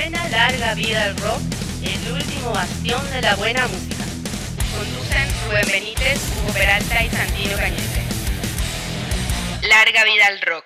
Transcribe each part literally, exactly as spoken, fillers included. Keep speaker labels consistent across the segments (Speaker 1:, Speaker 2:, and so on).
Speaker 1: Suena Larga Vida al Rock, el último bastión de la buena música. Conducen Rubén Benítez, Hugo Peralta y Santino Cañete. Larga Vida al Rock.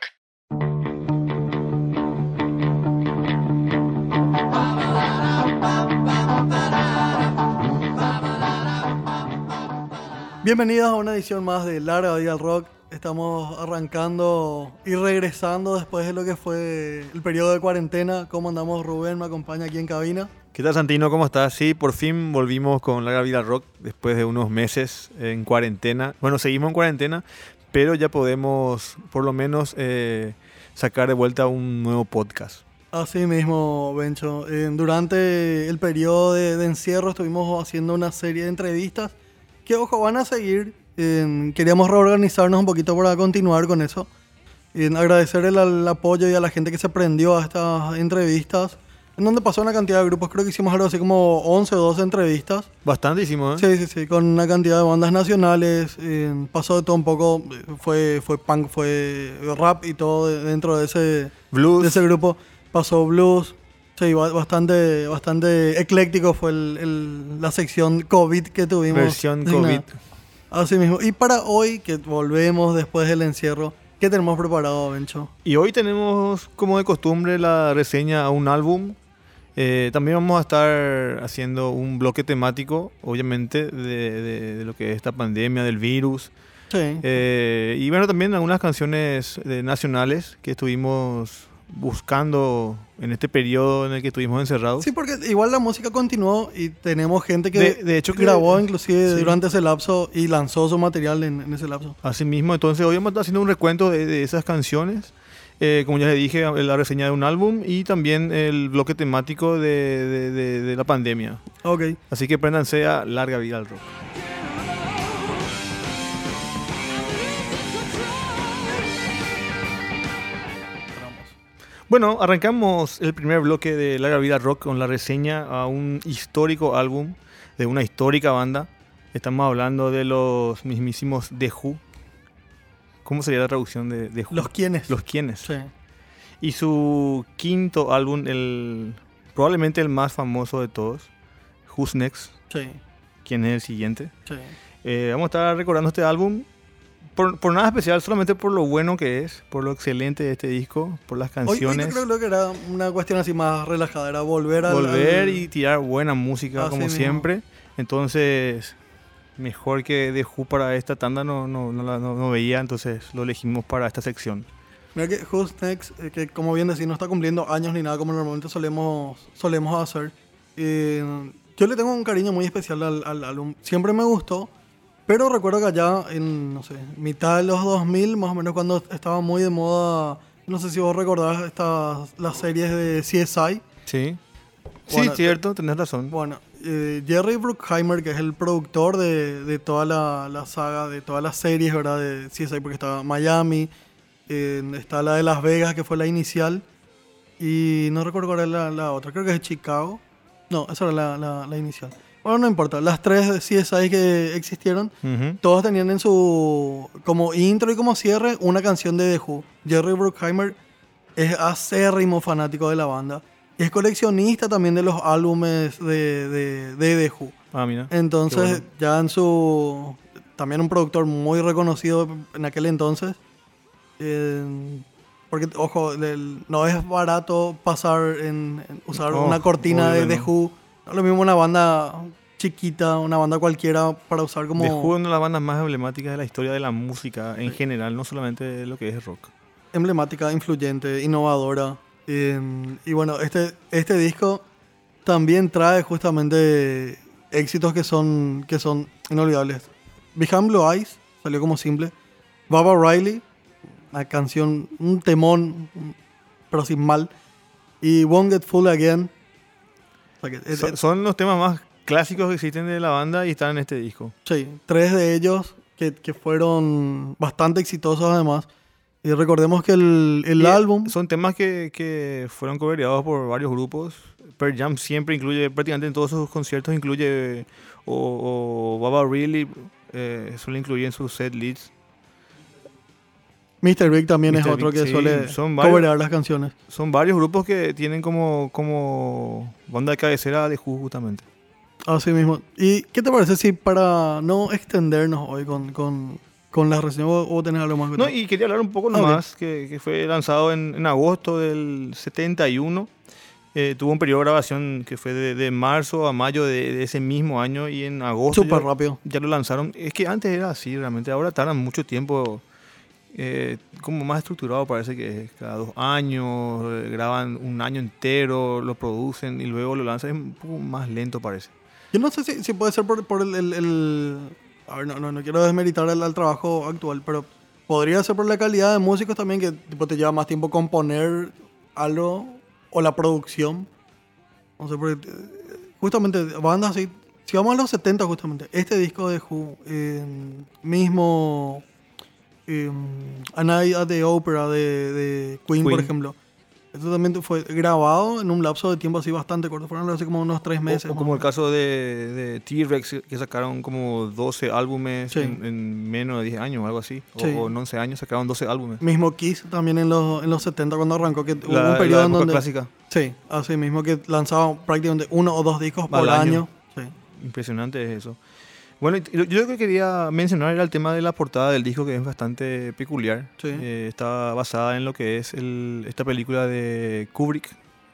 Speaker 2: Bienvenidos a una edición más de Larga Vida al Rock. Estamos arrancando y regresando después de lo que fue el periodo de cuarentena. ¿Cómo andamos, Rubén? Me acompaña aquí en cabina.
Speaker 3: ¿Qué tal, Santino? ¿Cómo estás? Sí, por fin volvimos con Larga Vida al Rock después de unos meses en cuarentena. Bueno, seguimos en cuarentena, pero ya podemos por lo menos eh, sacar de vuelta un nuevo podcast.
Speaker 2: Así mismo, Bencho. Eh, durante el periodo de, de encierro estuvimos haciendo una serie de entrevistas que, ojo, van a seguir. Eh, queríamos reorganizarnos un poquito para continuar con eso. Eh, agradecer el, el apoyo y a la gente que se prendió a estas entrevistas, en donde pasó una cantidad de grupos. Creo que hicimos algo así como once o doce entrevistas.
Speaker 3: Bastante hicimos,
Speaker 2: Sí,
Speaker 3: ¿eh?
Speaker 2: sí, sí, con una cantidad de bandas nacionales. Eh, pasó de todo un poco. Fue, fue punk, fue rap y todo dentro de ese,
Speaker 3: Blues.
Speaker 2: de ese grupo. Pasó blues. Sí, bastante, bastante ecléctico fue el, el, la sección COVID que tuvimos.
Speaker 3: Versión COVID.
Speaker 2: Así mismo. Y para hoy, que volvemos después del encierro, ¿qué tenemos preparado, Bencho?
Speaker 3: Y hoy tenemos, como de costumbre, la reseña a un álbum. Eh, también vamos a estar haciendo un bloque temático, obviamente, de, de, de lo que es esta pandemia, del virus.
Speaker 2: Sí.
Speaker 3: Eh, y bueno, también algunas canciones eh, nacionales que estuvimos buscando en este periodo en el que estuvimos encerrados.
Speaker 2: Sí, porque igual la música continuó y tenemos gente que,
Speaker 3: de, de hecho,
Speaker 2: grabó
Speaker 3: que,
Speaker 2: inclusive
Speaker 3: sí.
Speaker 2: durante ese lapso y lanzó su material en, en ese lapso.
Speaker 3: Así mismo, entonces hoy vamos a estar haciendo un recuento de, de esas canciones. Eh, como ya les dije, la reseña de un álbum y también el bloque temático de, de, de, de la pandemia.
Speaker 2: Ok.
Speaker 3: Así que préndanse a Larga Vida al Rock. Bueno, arrancamos el primer bloque de Larga Vida al Rock con la reseña a un histórico álbum de una histórica banda. Estamos hablando de los mismísimos The Who. ¿Cómo sería la traducción de The Who?
Speaker 2: Los quiénes.
Speaker 3: Los quiénes.
Speaker 2: Sí.
Speaker 3: Y su quinto álbum, el, probablemente el más famoso de todos, Who's Next?
Speaker 2: Sí.
Speaker 3: ¿Quién es el siguiente?
Speaker 2: Sí.
Speaker 3: Eh, vamos a estar recordando este álbum por, por nada especial, solamente por lo bueno que es, por lo excelente de este disco, por las canciones.
Speaker 2: Hoy, hoy yo creo que era una cuestión así más relajada, era volver a...
Speaker 3: Volver
Speaker 2: al...
Speaker 3: y tirar buena música,
Speaker 2: así
Speaker 3: como
Speaker 2: mismo.
Speaker 3: siempre. Entonces, mejor que The Who para esta tanda no, no, no, no, no veía, entonces lo elegimos para esta sección.
Speaker 2: Mira que Who's Next, eh, que como bien decís, no está cumpliendo años ni nada como normalmente solemos, solemos hacer. Eh, yo le tengo un cariño muy especial al, al álbum. Siempre me gustó, pero recuerdo que allá en, no sé, mitad de los dos mil, más o menos cuando estaba muy de moda, no sé si vos recordás estas, las series de C S I.
Speaker 3: Sí,
Speaker 2: Bueno,
Speaker 3: sí, cierto, tenés razón.
Speaker 2: Bueno, eh, Jerry Bruckheimer, que es el productor de, de toda la, la saga, de todas las series, ¿verdad? De C S I, porque estaba Miami, eh, está la de Las Vegas, que fue la inicial, y no recuerdo cuál era la, la otra, creo que es Chicago. No, esa era la, la, la inicial. Bueno, no importa, las tres de C S I que existieron,
Speaker 3: Uh-huh.
Speaker 2: todos tenían en su, como intro y como cierre, una canción de The Who. Jerry Bruckheimer es acérrimo fanático de la banda. Es coleccionista también de los álbumes de, de, de The Who.
Speaker 3: Ah, mira.
Speaker 2: Entonces,
Speaker 3: Qué bueno.
Speaker 2: ya en su... También un productor muy reconocido en aquel entonces. Eh, porque, ojo, el- no es barato pasar en, en usar
Speaker 3: Oh,
Speaker 2: una cortina
Speaker 3: obvio
Speaker 2: de
Speaker 3: que
Speaker 2: The
Speaker 3: no.
Speaker 2: Who. No es lo mismo una banda chiquita, una banda cualquiera para usar como...
Speaker 3: The Who es una de las bandas más emblemáticas de la historia de la música en general, no solamente de lo que es rock.
Speaker 2: emblemática, influyente, innovadora. Eh, y bueno, este, este disco también trae justamente éxitos que son, que son inolvidables. Behind Blue Eyes salió como simple. Baba Riley, una canción, un temón, pero sin mal. Y Won't Get Full Again. O sea que, es-
Speaker 3: Son, son los temas más clásicos que existen de la banda y están en este disco.
Speaker 2: sí, tres de ellos que, que fueron bastante exitosos además. Y recordemos que el, el
Speaker 3: Y
Speaker 2: álbum...
Speaker 3: Son temas que, que fueron coreados por varios grupos. Pearl Jam siempre incluye, prácticamente en todos sus conciertos incluye, o, o Baba Really eh, suele incluir en sus set lists
Speaker 2: míster Big también es
Speaker 3: míster
Speaker 2: otro
Speaker 3: Big,
Speaker 2: que
Speaker 3: sí,
Speaker 2: suele
Speaker 3: son varios-
Speaker 2: coverar las canciones.
Speaker 3: Son varios grupos que tienen como, como banda de cabecera de Who, justamente.
Speaker 2: Así mismo. ¿Y qué te parece si para no extendernos hoy con, con, con las reseñas o, o tenés algo más que
Speaker 3: No,
Speaker 2: contar?
Speaker 3: y quería hablar un poco
Speaker 2: Ah,
Speaker 3: nomás, que, que fue lanzado en, en agosto del setenta y uno. Eh, tuvo un periodo de grabación que fue de, de marzo a mayo de, de ese mismo año, y en agosto
Speaker 2: Súper
Speaker 3: ya,
Speaker 2: rápido.
Speaker 3: ya lo lanzaron. Es que antes era así, realmente. Ahora tardan mucho tiempo, eh, como más estructurado parece que es. Cada dos años, eh, graban un año entero, lo producen y luego lo lanzan. Es un poco más lento, parece.
Speaker 2: Yo no sé si, si puede ser por, por el, el, el- A ver, no, no, no quiero desmeritar el, el trabajo actual, pero podría ser por la calidad de músicos también, que tipo, te lleva más tiempo componer algo o la producción. No sé, porque eh, justamente bandas así. Si vamos a los setenta, justamente, este disco de Who, eh, mismo eh, A Night at the Opera de, de Queen, por
Speaker 3: Queen.
Speaker 2: ejemplo. Esto también fue grabado en un lapso de tiempo así bastante corto. Fueron así como unos tres meses.
Speaker 3: O, o
Speaker 2: más
Speaker 3: como
Speaker 2: o
Speaker 3: el
Speaker 2: menos.
Speaker 3: caso de, de T-Rex, que sacaron como doce álbumes
Speaker 2: Sí.
Speaker 3: en, en menos de diez años o algo así. O,
Speaker 2: Sí.
Speaker 3: o en once años sacaron doce álbumes.
Speaker 2: Mismo Kiss también en los, en los setenta cuando arrancó, que hubo
Speaker 3: La,
Speaker 2: un periodo
Speaker 3: la
Speaker 2: en
Speaker 3: época
Speaker 2: donde...
Speaker 3: clásica.
Speaker 2: Sí, así mismo que lanzaban prácticamente uno o dos discos
Speaker 3: Al
Speaker 2: por
Speaker 3: año.
Speaker 2: año. Sí.
Speaker 3: Impresionante es eso. Bueno, y yo yo lo que quería mencionar era el tema de la portada del disco, que es bastante peculiar.
Speaker 2: Sí.
Speaker 3: Eh, está basada en lo que es el- esta película de Kubrick,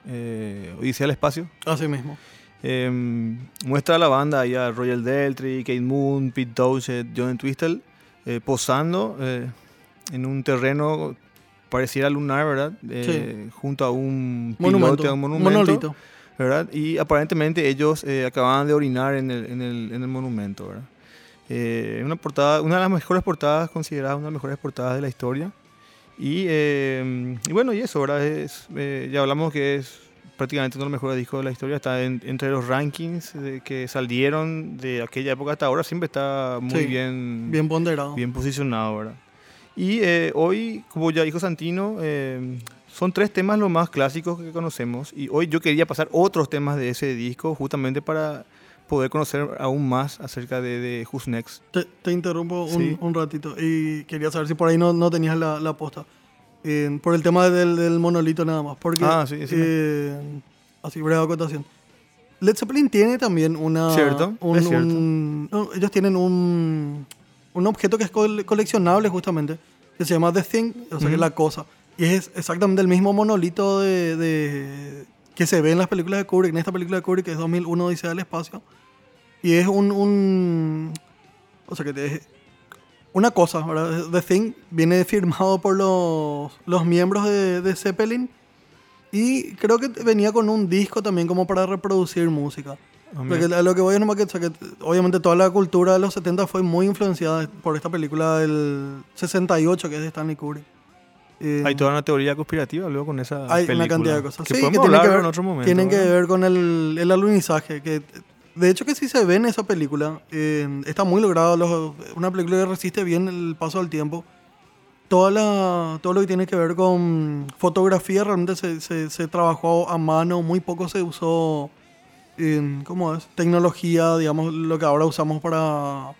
Speaker 3: eh, Odisea al Espacio.
Speaker 2: Así mismo.
Speaker 3: Eh, muestra a la banda, ahí a Roger Daltrey, Kate Moon, Pete Townshend, John Entwistle, eh, posando eh, en un terreno pareciera lunar, ¿verdad? Eh, junto a un
Speaker 2: Monumento.
Speaker 3: pilote, a un monumento,
Speaker 2: Monolito.
Speaker 3: ¿verdad? Y aparentemente ellos eh, acababan de orinar en el, en el, en el monumento, ¿verdad? Eh, una portada, una de las mejores portadas, considerada una de las mejores portadas de la historia. Y, eh, y bueno, y eso, ¿verdad? Es, eh, ya hablamos que es prácticamente uno de los mejores discos de la historia. Está en- entre los rankings de- que salieron de aquella época hasta ahora. Siempre está muy
Speaker 2: Sí,
Speaker 3: bien,
Speaker 2: Bien ponderado.
Speaker 3: bien posicionado, ¿verdad? Y eh, hoy, como ya dijo Santino, eh, son tres temas los más clásicos que conocemos. Y hoy yo quería pasar otros temas de ese disco justamente para poder conocer aún más acerca de, de Who's Next.
Speaker 2: Te, te interrumpo un,
Speaker 3: Sí.
Speaker 2: un ratito y quería saber si por ahí no, no tenías la, la posta. Eh, por el tema del, del monolito nada más. Porque,
Speaker 3: Ah, sí, decime.
Speaker 2: eh, así, breve acotación. Led Zeppelin tiene también una...
Speaker 3: Cierto,
Speaker 2: un-
Speaker 3: es cierto.
Speaker 2: un- no, ellos tienen un, un objeto que es col- coleccionable justamente, que se llama The Thing, o sea, que es
Speaker 3: Ujú.
Speaker 2: la cosa. Y es exactamente el mismo monolito de, de- que se ve en las películas de Kubrick, en esta película de Kubrick, que es dos mil uno Odisea del Espacio. Y es un... un o sea, que te- una cosa, ¿verdad? The Thing viene firmado por los, los miembros de, de Zeppelin. Y creo que venía con un disco también como para reproducir música.
Speaker 3: Ah, mira.
Speaker 2: Porque a lo que voy es nomás que, o sea, que obviamente toda la cultura de los setenta fue muy influenciada por esta película del sesenta y ocho, que es de Stanley Kubrick. Eh,
Speaker 3: Hay toda una teoría conspirativa luego con esa
Speaker 2: hay
Speaker 3: película.
Speaker 2: una cantidad de cosas.
Speaker 3: Que
Speaker 2: Sí,
Speaker 3: podemos
Speaker 2: que tienen
Speaker 3: hablar
Speaker 2: que ver,
Speaker 3: en otro momento.
Speaker 2: tienen que
Speaker 3: ¿verdad?
Speaker 2: ver con el, el alunizaje. Que, de hecho, que si se ve en esa película, eh, está muy logrado. Los- una película que resiste bien el paso del tiempo. Toda la, todo lo que tiene que ver con fotografía realmente se, se, se trabajó a mano. Muy poco se usó, eh, ¿cómo es? Tecnología, digamos, lo que ahora usamos para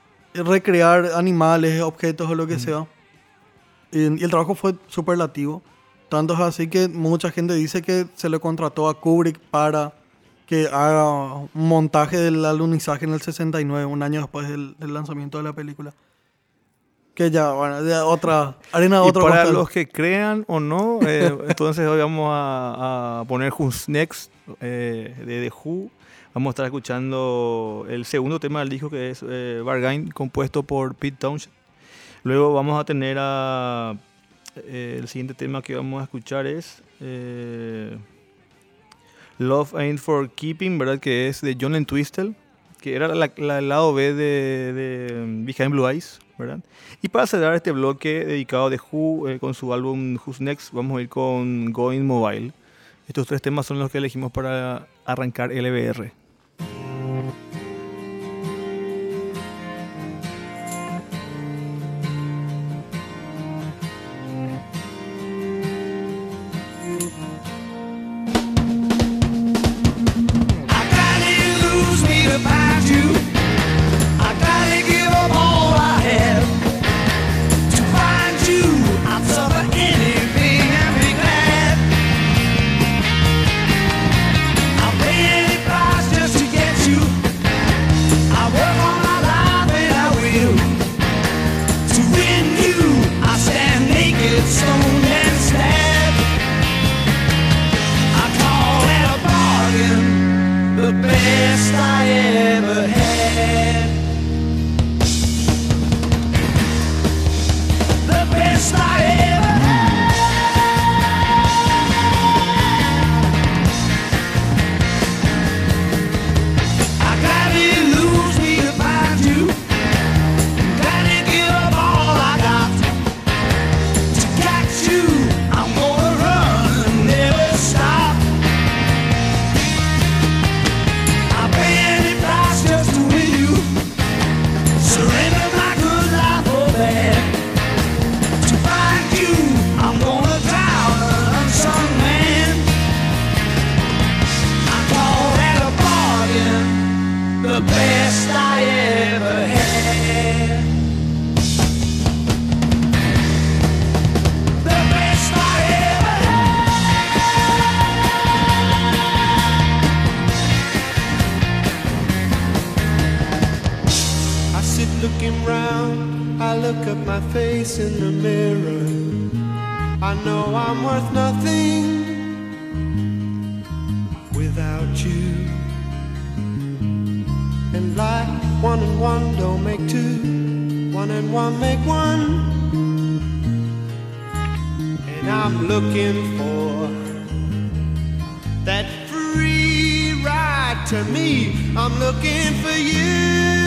Speaker 2: recrear animales, objetos o lo que
Speaker 3: Mm.
Speaker 2: sea. Eh, y el trabajo fue superlativo. Tanto es así que mucha gente dice que se le contrató a Kubrick para que haga un montaje del alunizaje en el sesenta y nueve, un año después del, del lanzamiento de la película. Que ya, bueno, ya otra, arena de
Speaker 3: Y
Speaker 2: otro
Speaker 3: para
Speaker 2: costal.
Speaker 3: los que crean o no, eh, entonces hoy vamos a, a poner Who's Next eh, de The Who. Vamos a estar escuchando el segundo tema del disco, que es eh, Bargain, compuesto por Pete Townshend. Luego vamos a tener a... eh, el siguiente tema que vamos a escuchar es eh, Love Ain't For Keeping, ¿verdad? Que es de John Entwistle, que era la, la- el lado B de, de um, Behind Blue Eyes, ¿verdad? Y para cerrar este bloque dedicado a The Who eh, con su álbum Who's Next, vamos a ir con Going Mobile. Estos tres temas son los que elegimos para arrancar L B R.
Speaker 4: I gotta lose me to find you. I gotta give up all I have to find you. around, I look at my face in the mirror. I know I'm worth nothing without you. And like one and one don't make two, one and one make one. And I'm looking for that free ride to me. I'm looking for you.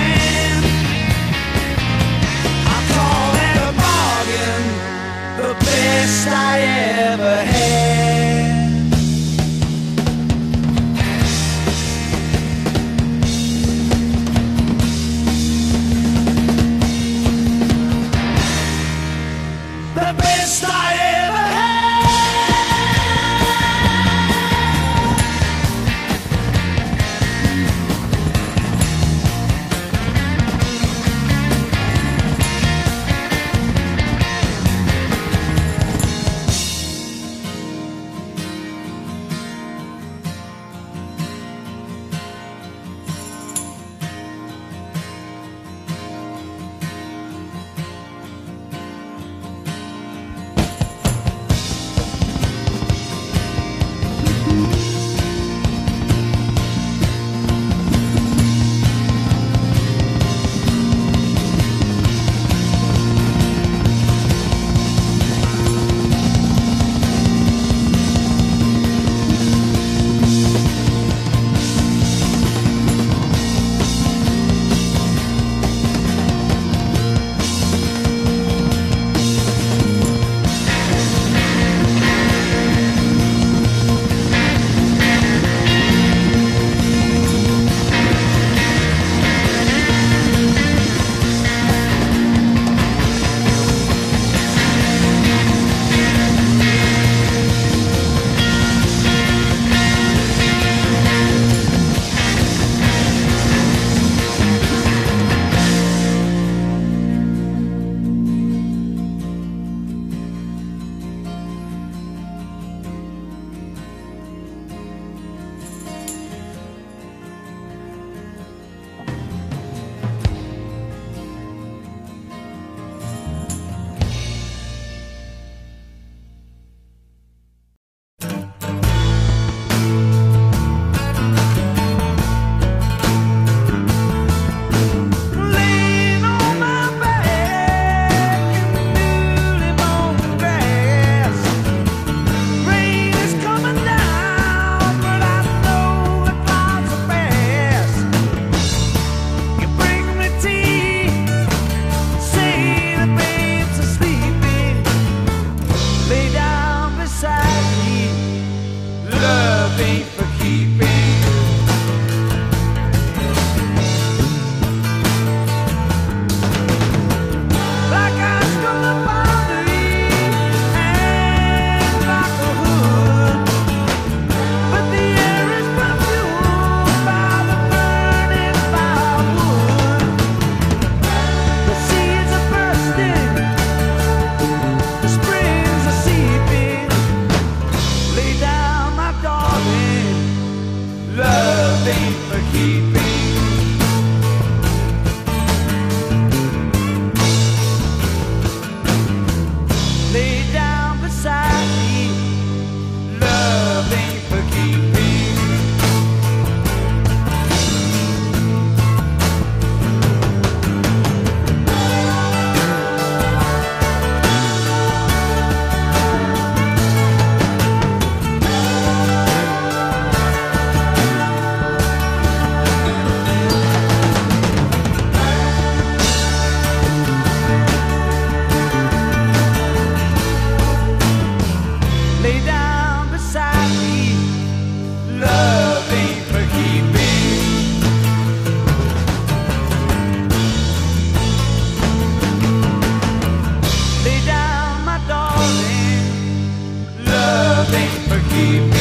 Speaker 4: The keep me.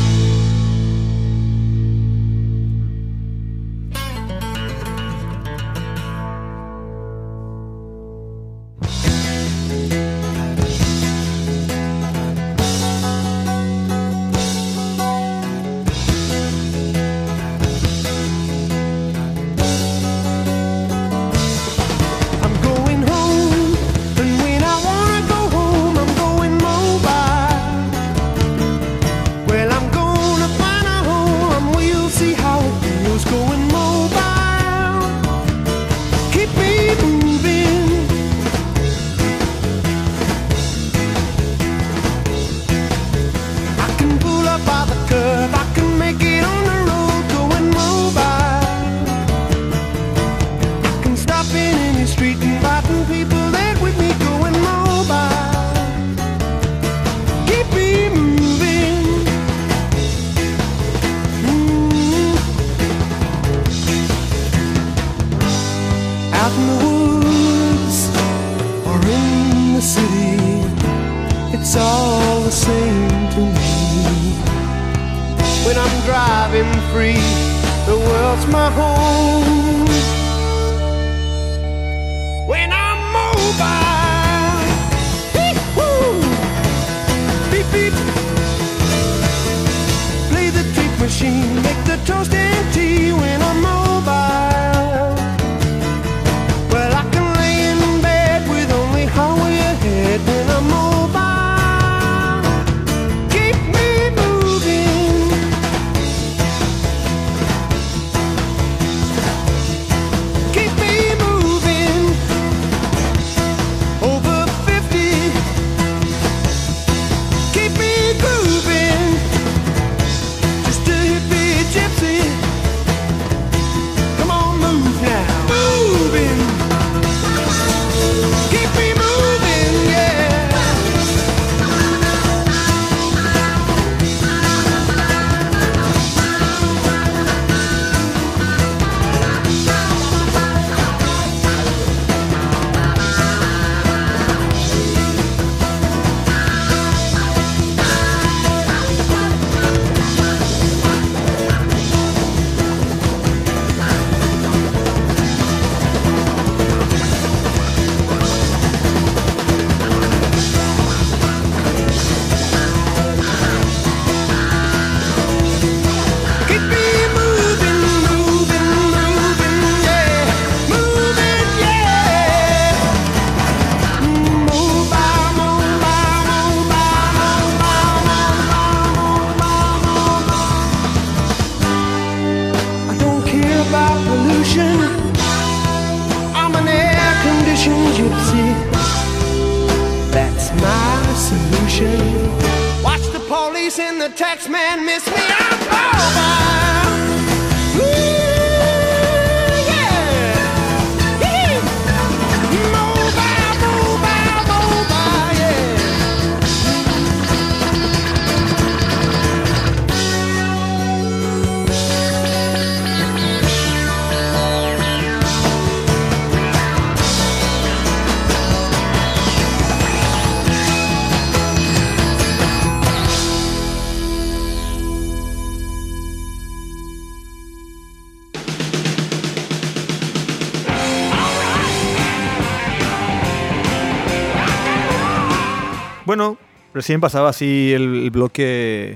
Speaker 3: Bueno, recién pasaba así el, el bloque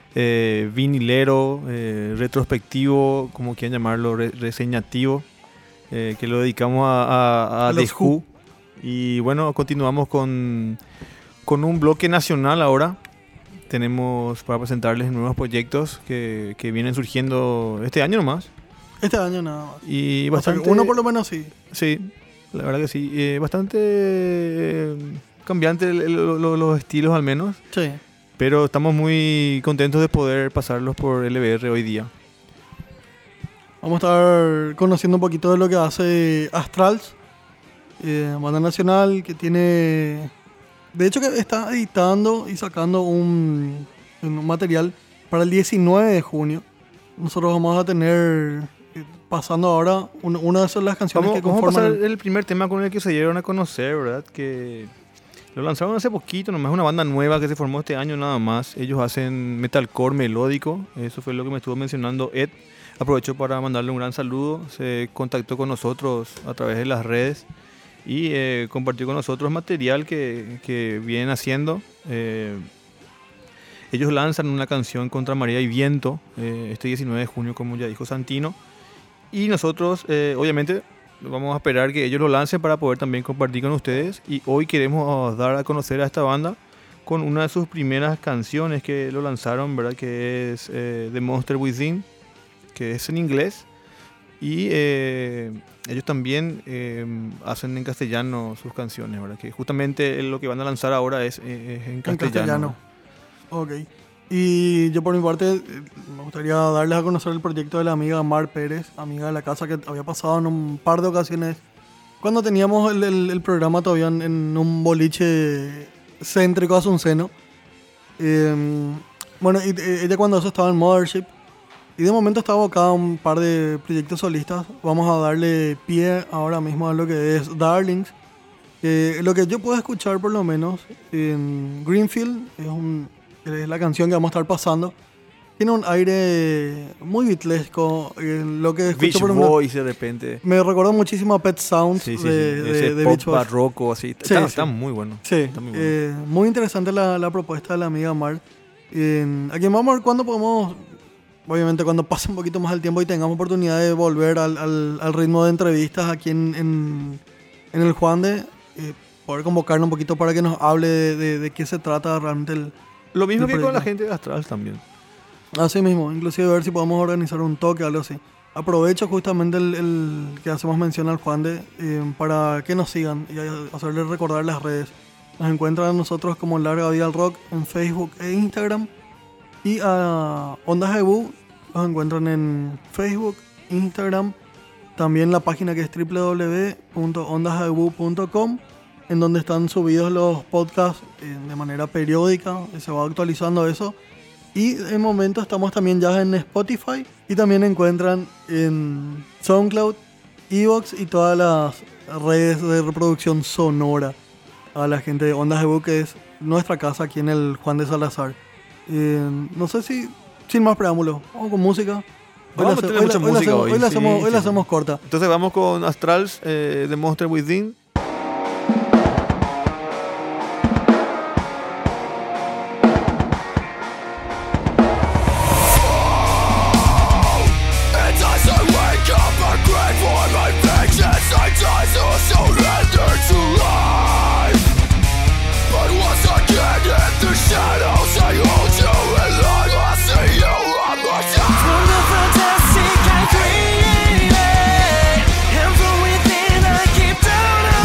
Speaker 3: eh, vinilero, eh, retrospectivo, como quieran llamarlo, re, reseñativo, eh, que lo dedicamos a, a, a, a The Who. Y bueno, continuamos con, con un bloque nacional ahora. Tenemos para presentarles nuevos proyectos que, que vienen surgiendo este año nomás.
Speaker 2: Este año nada más.
Speaker 3: Y bastante,
Speaker 2: o sea, uno por lo menos sí.
Speaker 3: Sí, la verdad que sí. Eh, bastante... Eh, cambiante el, el, lo, los estilos al menos,
Speaker 2: sí.
Speaker 3: Pero estamos muy contentos de poder pasarlos por L B R hoy día.
Speaker 2: Vamos a estar conociendo un poquito de lo que hace Astrals, eh, banda nacional que tiene, de hecho que está editando y sacando un, un material para el diecinueve de junio. Nosotros vamos a tener eh, pasando ahora un, una de esas las canciones
Speaker 3: vamos,
Speaker 2: que conforman.
Speaker 3: Vamos a pasar
Speaker 2: el,
Speaker 3: el primer tema con el que se dieron a conocer, ¿verdad? Que Lo lanzaron hace poquito, nomás es una banda nueva que se formó este año nada más. Ellos hacen metalcore melódico, eso fue lo que me estuvo mencionando Ed. Aprovecho para mandarle un gran saludo, se contactó con nosotros a través de las redes y eh, compartió con nosotros material que, que vienen haciendo. Eh, ellos lanzan una canción contra María y Viento eh, este diecinueve de junio, como ya dijo Santino. Y nosotros, eh, obviamente, vamos a esperar que ellos lo lancen para poder también compartir con ustedes. Y hoy queremos dar a conocer a esta banda con una de sus primeras canciones que lo lanzaron, ¿verdad? Que es eh, The Monster Within, que es en inglés. Y eh, ellos también eh, hacen en castellano sus canciones, ¿verdad? Que justamente lo que van a lanzar ahora es, eh, es en castellano.
Speaker 2: En castellano. Ok. Y yo por mi parte me gustaría darles a conocer el proyecto de la amiga Mar Pérez, amiga de la casa que había pasado en un par de ocasiones cuando teníamos el, el, el programa todavía en, en un boliche céntrico asunceno. Eh, bueno, y, ella cuando eso estaba en Mothership y de momento está abocada a un par de proyectos solistas. Vamos a darle pie ahora mismo a lo que es Darlings. Eh, lo que yo puedo escuchar por lo menos en Greenfield es un... es la canción que vamos a estar pasando. Tiene un aire muy beatlesco. Eh, lo que
Speaker 3: Beach
Speaker 2: por
Speaker 3: Boys de repente.
Speaker 2: Me recordó muchísimo a Pet Sounds
Speaker 3: sí, sí,
Speaker 2: de,
Speaker 3: sí.
Speaker 2: de,
Speaker 3: Ese
Speaker 2: de
Speaker 3: pop
Speaker 2: Beach Boys.
Speaker 3: barroco así.
Speaker 2: Sí,
Speaker 3: está,
Speaker 2: sí.
Speaker 3: está muy bueno.
Speaker 2: Sí,
Speaker 3: está muy, bueno.
Speaker 2: Eh, muy interesante la, la propuesta de la amiga Mar. Eh, aquí vamos a ver cuándo podemos, obviamente cuando pase un poquito más el tiempo y tengamos oportunidad de volver al, al, al ritmo de entrevistas aquí en, en, en el Juan de, eh, poder convocarnos un poquito para que nos hable de, de, de qué se trata realmente el...
Speaker 3: Lo mismo
Speaker 2: el
Speaker 3: que con
Speaker 2: proyecto.
Speaker 3: la gente de Astral también.
Speaker 2: Así mismo, inclusive ver si podemos organizar un toque o algo así. Aprovecho justamente el, el que hacemos mención al Juan de eh, para que nos sigan y hacerles recordar las redes. Nos encuentran a nosotros como Larga Vida al Rock en Facebook e Instagram. Y a Ondas Ebú nos encuentran en Facebook, Instagram, también la página que es doble u doble u doble u punto ondas ebú punto com, en donde están subidos los podcasts eh, de manera periódica, se va actualizando eso. Y en momento estamos también ya en Spotify y también encuentran en SoundCloud, Evox y todas las redes de reproducción sonora a la gente de Ondas Ebú, que es nuestra casa aquí en el Juan de Salazar. Eh, no sé si, sin más preámbulo, vamos con música. Hoy
Speaker 3: Vamos
Speaker 2: la,
Speaker 3: a
Speaker 2: hoy
Speaker 3: tener mucha
Speaker 2: la- hoy la
Speaker 3: música
Speaker 2: hacemos,
Speaker 3: hoy,
Speaker 2: hoy la
Speaker 3: sí,
Speaker 2: hacemos, hoy
Speaker 3: sí,
Speaker 2: la
Speaker 3: sí.
Speaker 2: hacemos corta.
Speaker 3: Entonces vamos con Astrals, eh, The Monster Within.
Speaker 5: As I wake up, I crave for my vengeance. I die to surrender to life. But once again in the shadows, I hold you in life. I see you on my side. From the fantastic I created, and from within I keep down.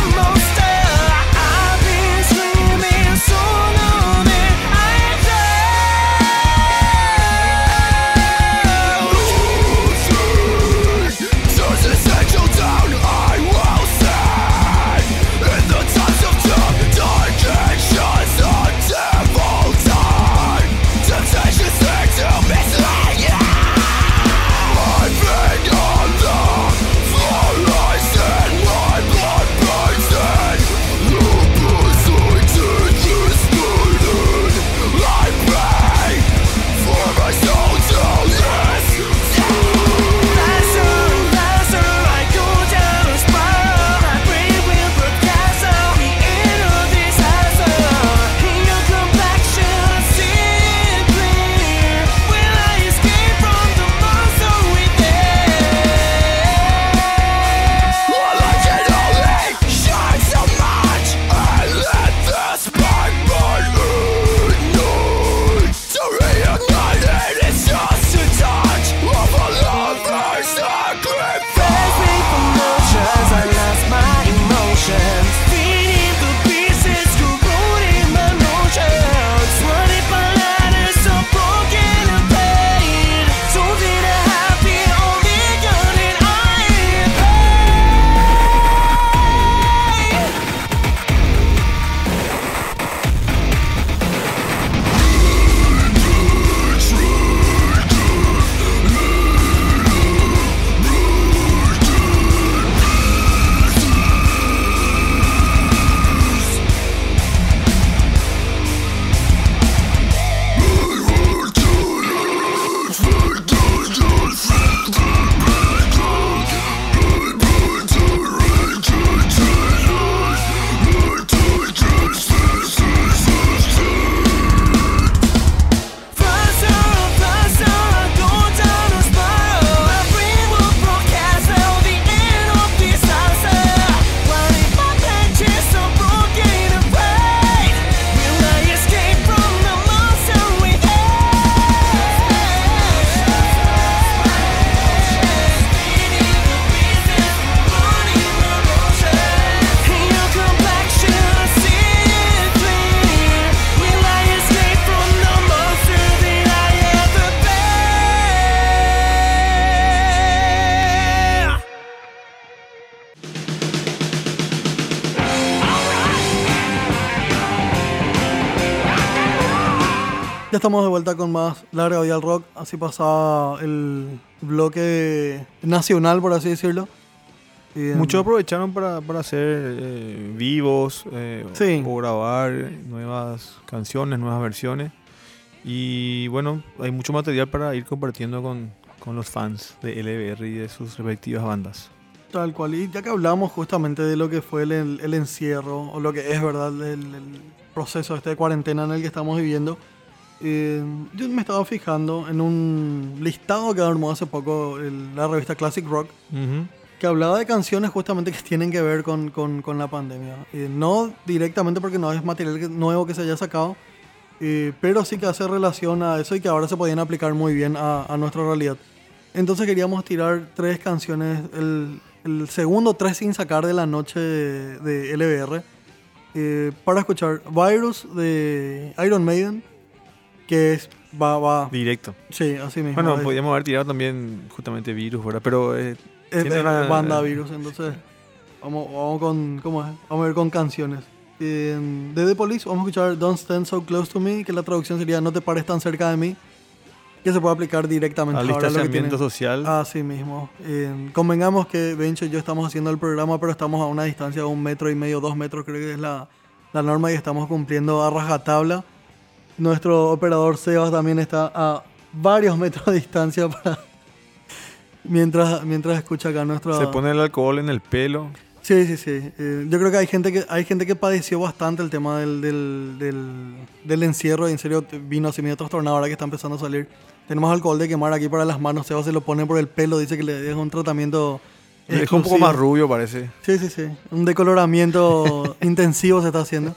Speaker 2: Ya estamos de vuelta con más Larga Vida al Rock. Así pasaba el bloque nacional, por así decirlo. Y,
Speaker 3: Muchos aprovecharon para, para hacer eh, vivos eh,
Speaker 2: Sí.
Speaker 3: o grabar nuevas canciones, nuevas versiones. Y bueno, hay mucho material para ir compartiendo con, con los fans de L B R y de sus respectivas bandas.
Speaker 2: Tal cual. Y ya que hablamos justamente de lo que fue el, el encierro, o lo que es, ¿verdad?, el, el proceso este de cuarentena en el que estamos viviendo. Eh, yo me estaba fijando en un listado que armó hace poco el- la revista Classic Rock,
Speaker 3: Ujú.
Speaker 2: que hablaba de canciones justamente que tienen que ver con, con- con la pandemia. Eh, no directamente porque no es material que- nuevo que se haya sacado, eh, pero sí que hace relación a eso y que ahora se podían aplicar muy bien a, a nuestra realidad. Entonces queríamos tirar tres canciones, el, el segundo tres sin sacar de la noche de, de L B R, eh, para escuchar Virus de Iron Maiden, que es, va, va,
Speaker 3: Directo.
Speaker 2: sí, así mismo.
Speaker 3: Bueno,
Speaker 2: es-
Speaker 3: podríamos haber tirado también justamente Virus, ¿verdad? Pero eh,
Speaker 2: Es
Speaker 3: tiene
Speaker 2: de
Speaker 3: una-
Speaker 2: banda Virus, entonces vamos, vamos con, ¿cómo es? Vamos a ver con canciones. Eh, de The Police vamos a escuchar Don't Stand So Close to Me, que la traducción sería No te pares tan cerca de mí, que se puede aplicar directamente
Speaker 3: al
Speaker 2: ahora lo que
Speaker 3: distanciamiento
Speaker 2: tiene.
Speaker 3: social.
Speaker 2: Así mismo. Eh, convengamos que Bencho y yo estamos haciendo el programa, pero estamos a una distancia de un metro y medio, dos metros, creo que es la, la norma, y estamos cumpliendo a rajatabla. Nuestro operador Sebas también está a varios metros de distancia para mientras, mientras escucha acá nuestro...
Speaker 3: Se pone el alcohol en el pelo.
Speaker 2: Sí, sí, sí. Eh, yo creo que hay gente que hay gente que padeció bastante el tema del, del, del, del encierro, y en serio vino así medio trastornado ahora que está empezando a salir. Tenemos alcohol de quemar aquí para las manos, Sebas se lo pone por el pelo, dice que le deja un tratamiento
Speaker 3: Le deja un poco
Speaker 2: exclusivo.
Speaker 3: más rubio, parece.
Speaker 2: Sí, sí, sí. Un decoloramiento intensivo se está haciendo.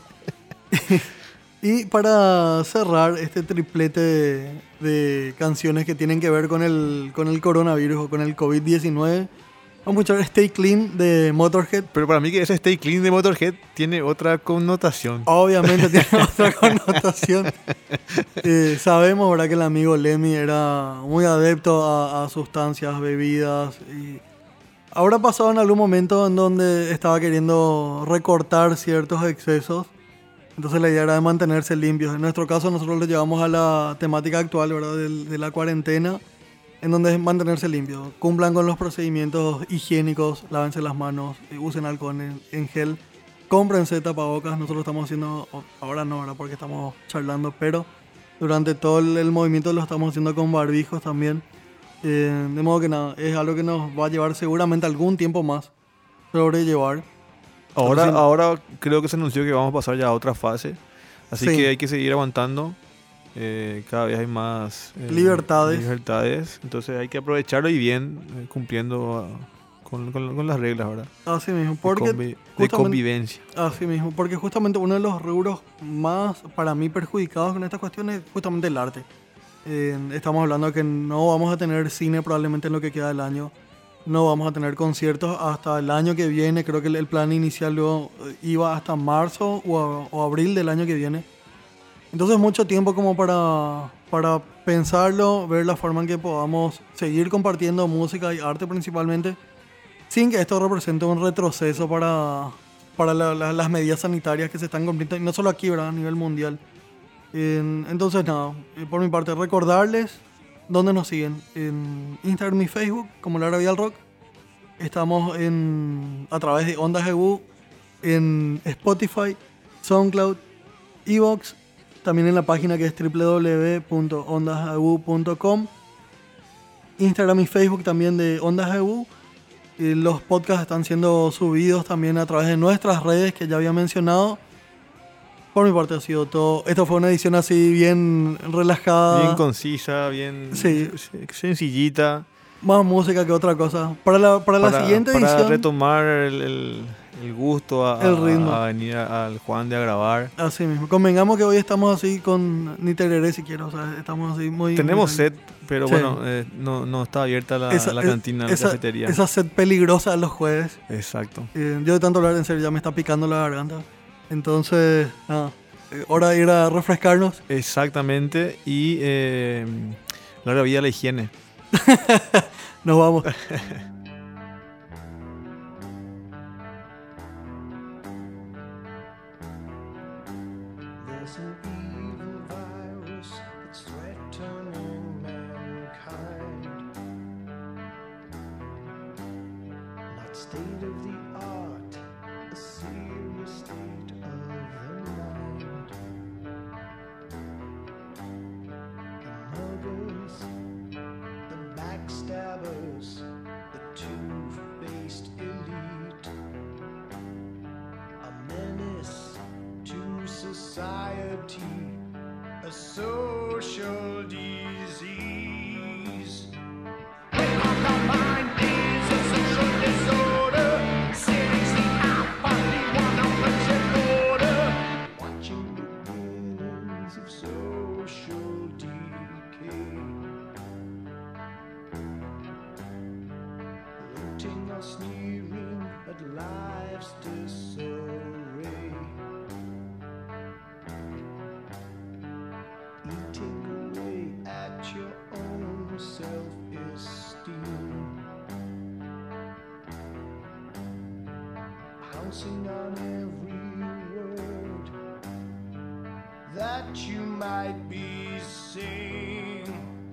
Speaker 2: Y para cerrar este triplete de, de canciones que tienen que ver con el, con el coronavirus o con el COVID diecinueve, vamos a escuchar Stay Clean de Motorhead.
Speaker 3: Pero para mí que ese Stay Clean de Motorhead tiene otra connotación.
Speaker 2: Obviamente tiene otra connotación. Eh, sabemos, ¿verdad?, que el amigo Lemmy era muy adepto a, a sustancias, bebidas. Y habrá pasado en algún momento en donde estaba queriendo recortar ciertos excesos. Entonces la idea era de mantenerse limpios. En nuestro caso nosotros lo llevamos a la temática actual, ¿verdad?, Del- de la cuarentena, en donde es mantenerse limpios. Cumplan con los procedimientos higiénicos, lávense las manos, eh, usen alcohol en, en gel, cómprense tapabocas. Nosotros lo estamos haciendo, o- ahora no, ¿verdad?, porque estamos charlando, pero durante todo el, el movimiento lo estamos haciendo con barbijos también. Eh, de modo que nada, es algo que nos va a llevar seguramente algún tiempo más sobrellevar.
Speaker 3: Ahora,
Speaker 2: Entonces,
Speaker 3: ahora creo que se anunció que vamos a pasar ya a otra fase. Así
Speaker 2: Sí.
Speaker 3: que hay que seguir aguantando. Eh, cada vez hay más eh,
Speaker 2: Libertades.
Speaker 3: libertades. Entonces hay que aprovecharlo y bien, eh, cumpliendo ah, con, con- con las reglas, ¿verdad?
Speaker 2: Así mismo,
Speaker 3: De,
Speaker 2: porque
Speaker 3: convi- de
Speaker 2: justamente-
Speaker 3: convivencia.
Speaker 2: Así mismo, porque justamente uno de los rubros más para mí perjudicados con estas cuestiones es justamente el arte. Eh, estamos hablando de que no vamos a tener cine probablemente en lo que queda del año, no vamos a tener conciertos hasta el año que viene. Creo que el, el plan inicial luego eh, iba hasta marzo o, a- o abril del año que viene. Entonces mucho tiempo como para, para pensarlo, ver la forma en que podamos seguir compartiendo música y arte principalmente, sin que esto represente un retroceso para, para la- la- las medidas sanitarias que se están cumpliendo, y no solo aquí, ¿verdad?, a nivel mundial. En- entonces, nada, eh, por mi parte, recordarles dónde nos siguen. En Instagram y Facebook, como Lara Vidal Rock. Estamos en, a través de Ondas E U, en Spotify, SoundCloud, Evox, también en la página que es doble u doble u doble u punto ondas e u punto com. Instagram y Facebook también de Ondas E U. Y los podcasts están siendo subidos también a través de nuestras redes que ya había mencionado. Por mi parte ha sido todo. Esto fue una edición así bien relajada.
Speaker 3: Bien concisa, bien
Speaker 2: Sí.
Speaker 3: sen- sencillita.
Speaker 2: Más música que otra cosa. Para la, para la
Speaker 3: Para,
Speaker 2: siguiente
Speaker 3: para
Speaker 2: edición.
Speaker 3: retomar el, el- el gusto a,
Speaker 2: El ritmo.
Speaker 3: a- a venir a- al Juan de a grabar.
Speaker 2: Así mismo. Convengamos que hoy estamos así con ni tereré siquiera. O sea, estamos así muy.
Speaker 3: Tenemos
Speaker 2: muy-
Speaker 3: set, pero
Speaker 2: Sí.
Speaker 3: bueno, eh, no, no está abierta la,
Speaker 2: Esa-
Speaker 3: la
Speaker 2: es-
Speaker 3: cantina, la
Speaker 2: esa,
Speaker 3: cafetería.
Speaker 2: Esa sed peligrosa los jueves.
Speaker 3: Exacto.
Speaker 2: Eh, yo de tanto hablar en serio ya me está picando la garganta. Entonces, nada. eh, hora de ir a refrescarnos.
Speaker 3: Exactamente. Y eh, larga vida a la higiene.
Speaker 2: Nos vamos.
Speaker 4: There's an evil virus state of the art, a serious state of the mind. The muggers, the backstabbers, the two-faced elite, a menace to society, a social disease. Sneering at life's disarray, eating away at your own self-esteem, pouncing on every word that you might be saying.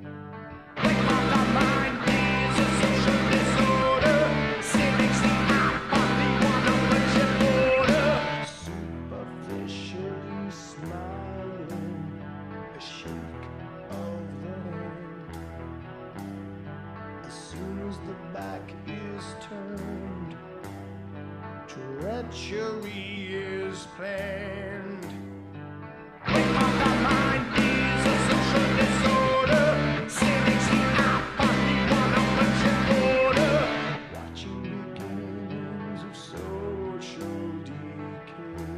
Speaker 4: Treachery is planned. The mind is a social disorder. Cynics the apathy, one upmanship order. Watching beginnings of social decay,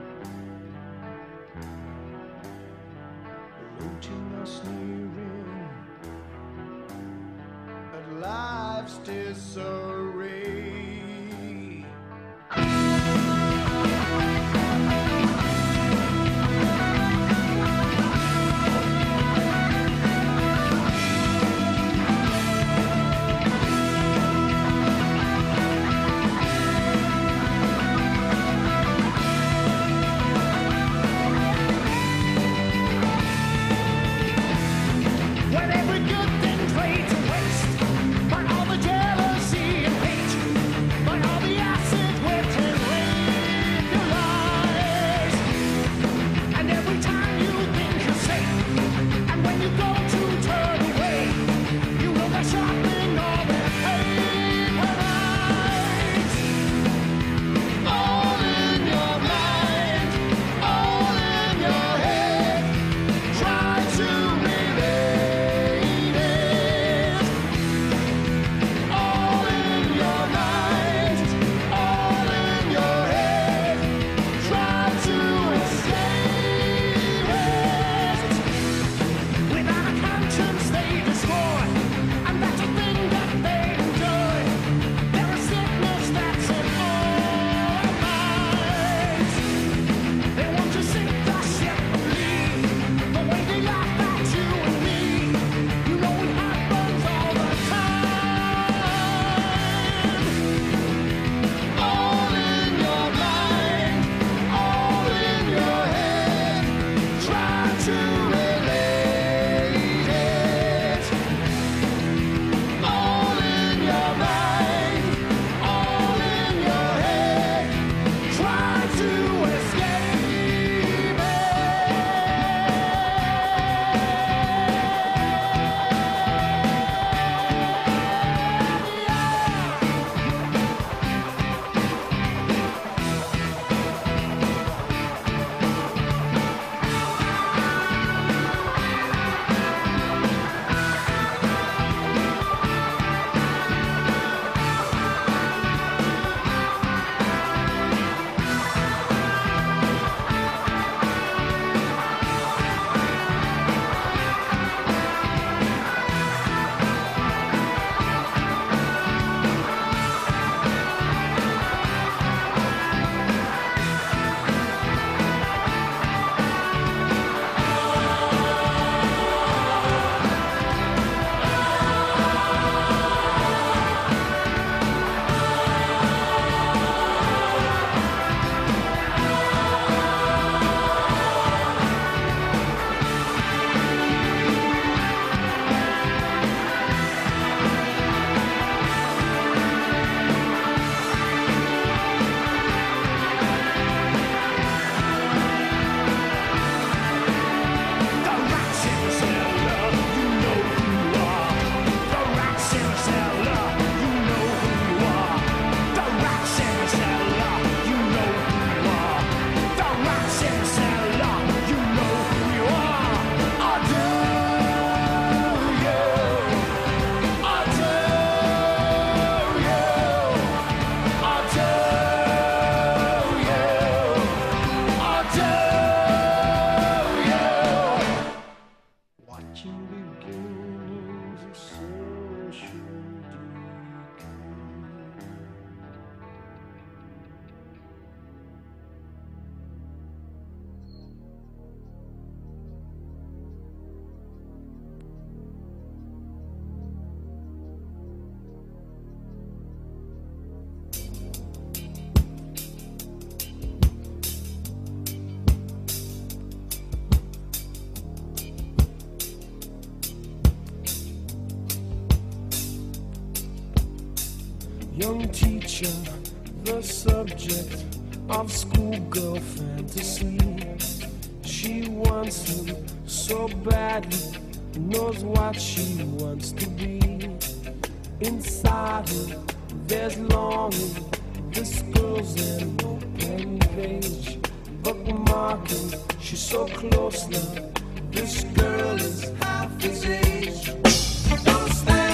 Speaker 4: floating or sneering at life's disarray. When every good thing's laid to waste, but all the jealousy Young teacher, the subject of schoolgirl fantasy. She wants him so badly, knows what she wants to be. Inside her, there's longing. This girl's an open page, bookmarking. She's so close now. This girl is half his age. Don't stand